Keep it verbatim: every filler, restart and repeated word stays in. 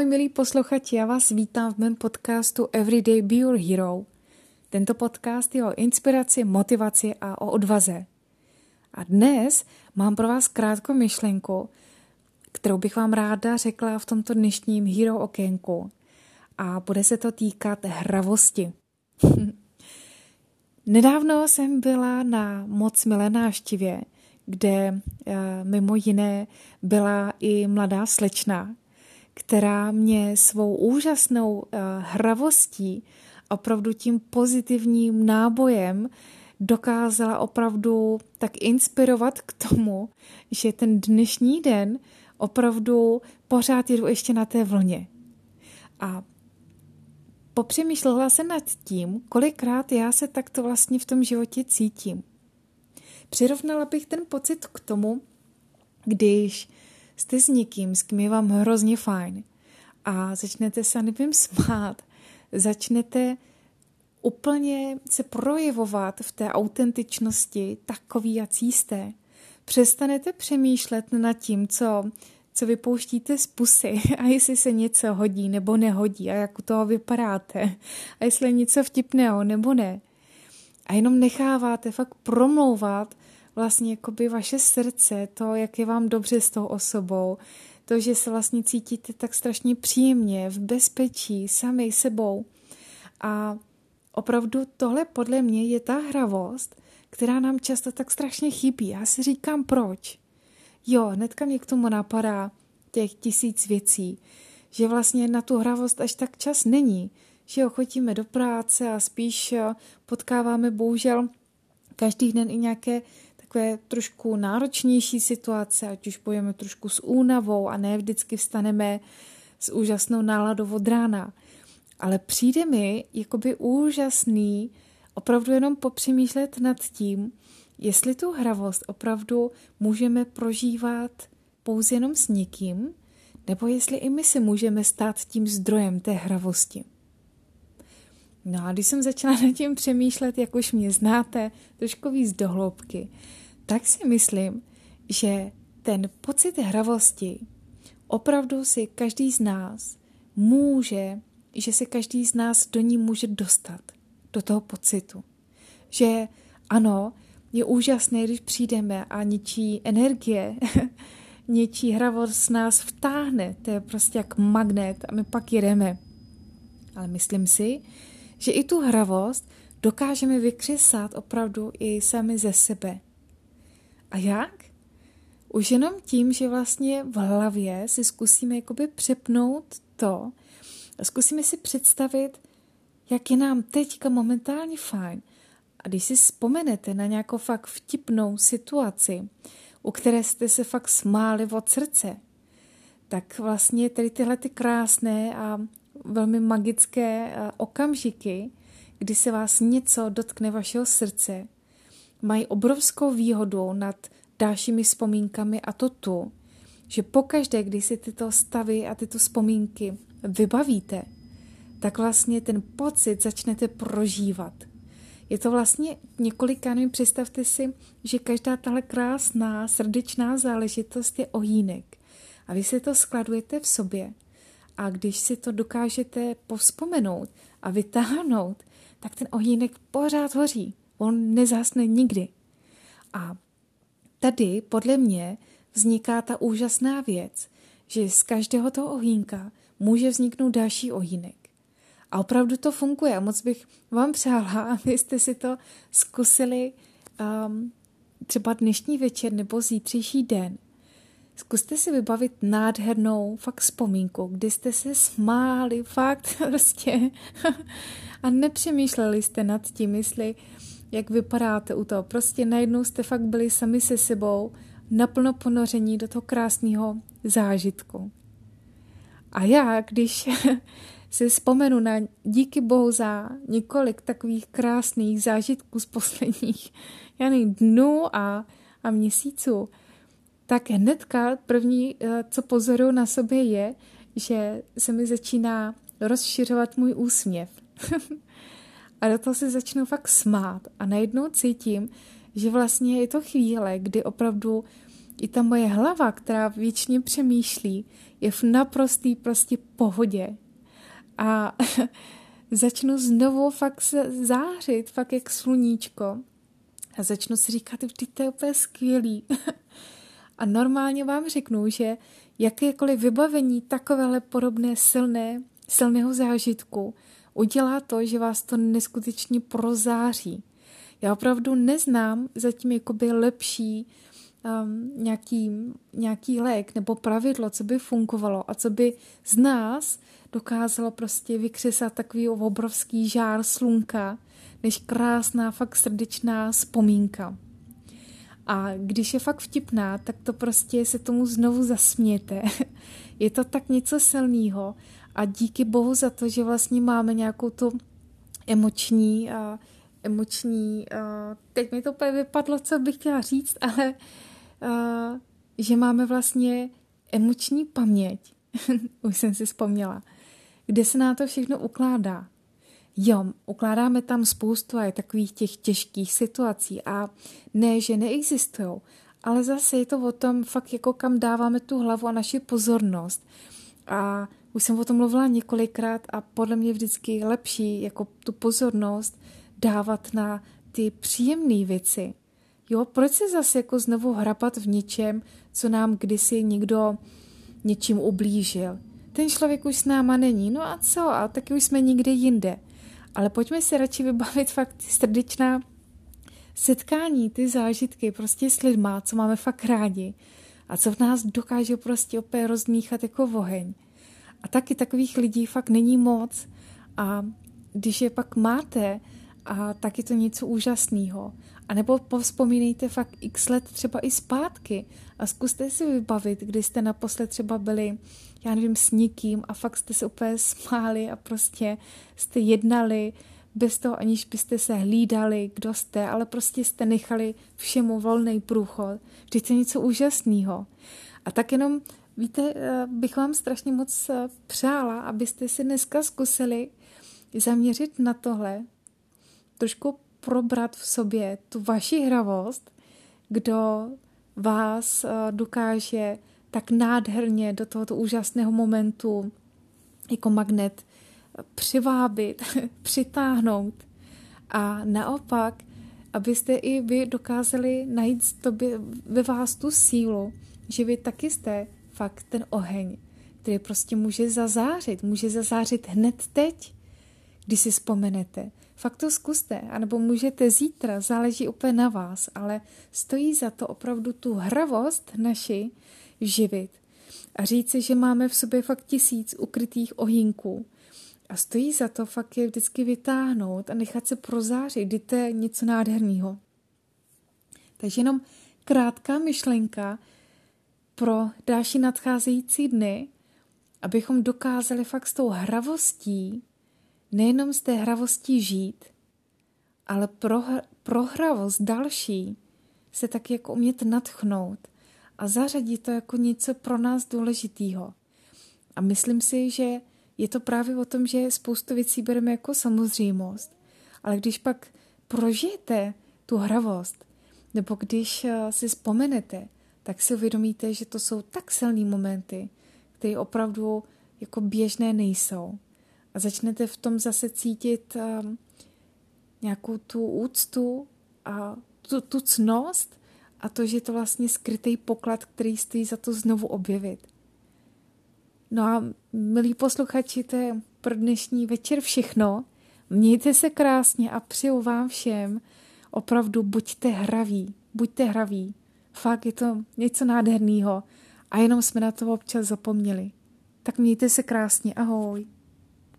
Ahoj milí posluchači, já vás vítám v mém podcastu Everyday Be Your Hero. Tento podcast je o inspiraci, motivaci a o odvaze. A dnes mám pro vás krátkou myšlenku, kterou bych vám ráda řekla v tomto dnešním Hero okénku. A bude se to týkat hravosti. Nedávno jsem byla na moc milé návštěvě, kde mimo jiné byla i mladá slečna, která mě svou úžasnou hravostí, opravdu tím pozitivním nábojem dokázala opravdu tak inspirovat k tomu, že ten dnešní den opravdu pořád jedu ještě na té vlně. A popřemýšlela jsem nad tím, kolikrát já se takto vlastně v tom životě cítím. Přirovnala bych ten pocit k tomu, když jste s někým, s kým je vám hrozně fajn a začnete se, nevím, smát, začnete úplně se projevovat v té autentičnosti takový, jací jste. Přestanete přemýšlet nad tím, co, co vypouštíte z pusy a jestli se něco hodí nebo nehodí a jak u toho vypadáte a jestli je něco vtipného nebo ne. A jenom necháváte fakt promlouvat vlastně jakoby vaše srdce, to, jak je vám dobře s tou osobou, to, že se vlastně cítíte tak strašně příjemně, v bezpečí, sami sebou. A opravdu tohle podle mě je ta hravost, která nám často tak strašně chybí. Já si říkám, proč? Jo, hnedka mě k tomu napadá těch tisíc věcí, že vlastně na tu hravost až tak čas není, že jo, chodíme do práce a spíš potkáváme bohužel každý den i nějaké takové trošku náročnější situace, ať už bojujeme trošku s únavou a ne vždycky vstaneme s úžasnou náladou od rána. Ale přijde mi jakoby úžasný opravdu jenom popřemýšlet nad tím, jestli tu hravost opravdu můžeme prožívat pouze jenom s někým, nebo jestli i my se můžeme stát tím zdrojem té hravosti. No a když jsem začala nad tím přemýšlet, jak už mě znáte, trošku víc do hloubky, tak si myslím, že ten pocit hravosti opravdu si každý z nás může, že se každý z nás do ní může dostat, do toho pocitu. Že ano, je úžasné, když přijdeme a něčí energie, něčí hravost nás vtáhne, to je prostě jak magnet a my pak jedeme. Ale myslím si, že i tu hravost dokážeme vykřesat opravdu i sami ze sebe. A jak? Už jenom tím, že vlastně v hlavě si zkusíme jakoby přepnout to a zkusíme si představit, jak je nám teďka momentálně fajn. A když si vzpomenete na nějakou fakt vtipnou situaci, u které jste se fakt smáli od srdce, tak vlastně tady tyhle ty krásné a velmi magické okamžiky, kdy se vás něco dotkne vašeho srdce, mají obrovskou výhodu nad dalšími vzpomínkami a to tu, že pokaždé, když si tyto stavy a tyto vzpomínky vybavíte, tak vlastně ten pocit začnete prožívat. Je to vlastně několika, nevím, představte si, že každá tahle krásná, srdečná záležitost je ohýnek. A vy si to skladujete v sobě. A když si to dokážete povzpomenout a vytáhnout, tak ten ohýnek pořád hoří. On nezhasne nikdy. A tady podle mě vzniká ta úžasná věc, že z každého toho ohýnka může vzniknout další ohýnek. A opravdu to funguje. Moc bych vám přála, abyste si to zkusili um, třeba dnešní večer nebo zítřejší den. Zkuste si vybavit nádhernou fakt vzpomínku, kdy jste se smáli, fakt prostě a nepřemýšleli jste nad tím, jestli jak vypadáte u toho. Prostě najednou jste fakt byli sami se sebou naplno ponoření do toho krásného zážitku. A já, když si vzpomenu na díky bohu za několik takových krásných zážitků z posledních já nevím, dnů a, a měsíců, tak hnedka první, co pozoruju na sobě, je, že se mi začíná rozšiřovat můj úsměv. A do toho se začnu fakt smát a najednou cítím, že vlastně je to chvíle, kdy opravdu i ta moje hlava, která věčně přemýšlí, je v naprostý prostě pohodě. A začnu znovu fakt se zářit, fakt jak sluníčko. A začnu si říkat, vždyť to je úplně skvělý. A normálně vám řeknu, že jakékoliv vybavení takovéhle podobné silné, silného zážitku udělá to, že vás to neskutečně prozáří. Já opravdu neznám zatím jakoby lepší um, nějaký, nějaký lék nebo pravidlo, co by fungovalo a co by z nás dokázalo prostě vykřesat takový obrovský žár slunka, než krásná, fakt srdečná vzpomínka. A když je fakt vtipná, tak to prostě se tomu znovu zasmějete. Je to tak něco silného a díky Bohu za to, že vlastně máme nějakou tu emoční, uh, emoční, uh, teď mi to úplně vypadlo, co bych chtěla říct, ale uh, že máme vlastně emoční paměť, už jsem si vzpomněla, kde se na to všechno ukládá. Jo, ukládáme tam spoustu aj takových těch těžkých situací a ne, že neexistujou, ale zase je to o tom fakt jako kam dáváme tu hlavu a naši pozornost. A už jsem o tom mluvila několikrát a podle mě vždycky lepší jako tu pozornost dávat na ty příjemné věci. Jo, proč se zase jako znovu hrabat v něčem, co nám kdysi někdo něčím ublížil? Ten člověk už s náma není, no a co? A taky už jsme někde jinde. Ale pojďme si radši vybavit fakt ty srdečná setkání, ty zážitky prostě s lidma, co máme fakt rádi a co v nás dokáže prostě opět rozmíchat jako oheň. A taky takových lidí fakt není moc a když je pak máte, a tak je to něco úžasného. A nebo povzpomínejte fakt x let třeba i zpátky a zkuste si vybavit, kdy jste naposled třeba byli, já nevím, s nikým a fakt jste se úplně smáli a prostě jste jednali bez toho, aniž byste se hlídali, kdo jste, ale prostě jste nechali všemu volný průchod. Vždyť to je něco úžasného. A tak jenom, víte, bych vám strašně moc přála, abyste si dneska zkusili zaměřit na tohle, trošku probrat v sobě tu vaši hravost, kdo vás dokáže tak nádherně do tohoto úžasného momentu jako magnet přivábit, přitáhnout a naopak, abyste i vy dokázali najít v tobě, ve vás tu sílu, že vy taky jste fakt ten oheň, který prostě může zazářit, může zazářit hned teď, když si vzpomenete. Fakt to zkuste, anebo můžete zítra, záleží úplně na vás, ale stojí za to opravdu tu hravost naši živit a říci, že máme v sobě fakt tisíc ukrytých ohýnků a stojí za to fakt je vždycky vytáhnout a nechat se prozářit, kdy to je něco nádherného. Takže jenom krátká myšlenka pro další nadcházející dny, abychom dokázali fakt s tou hravostí nejenom z té hravostí žít, ale pro, pro hravost další se tak jako umět nadchnout a zařadit to jako něco pro nás důležitého. A myslím si, že je to právě o tom, že spoustu věcí bereme jako samozřejmost, ale když pak prožijete tu hravost, nebo když si vzpomenete, tak si uvědomíte, že to jsou tak silný momenty, které opravdu jako běžné nejsou. A začnete v tom zase cítit um, nějakou tu úctu a tu, tu ctnost a to, že je to vlastně skrytý poklad, který stojí za to znovu objevit. No a milí posluchači, to je pro dnešní večer všechno. Mějte se krásně a přeju vám všem opravdu buďte hraví, buďte hraví. Fakt je to něco nádherného a jenom jsme na to občas zapomněli. Tak mějte se krásně, ahoj.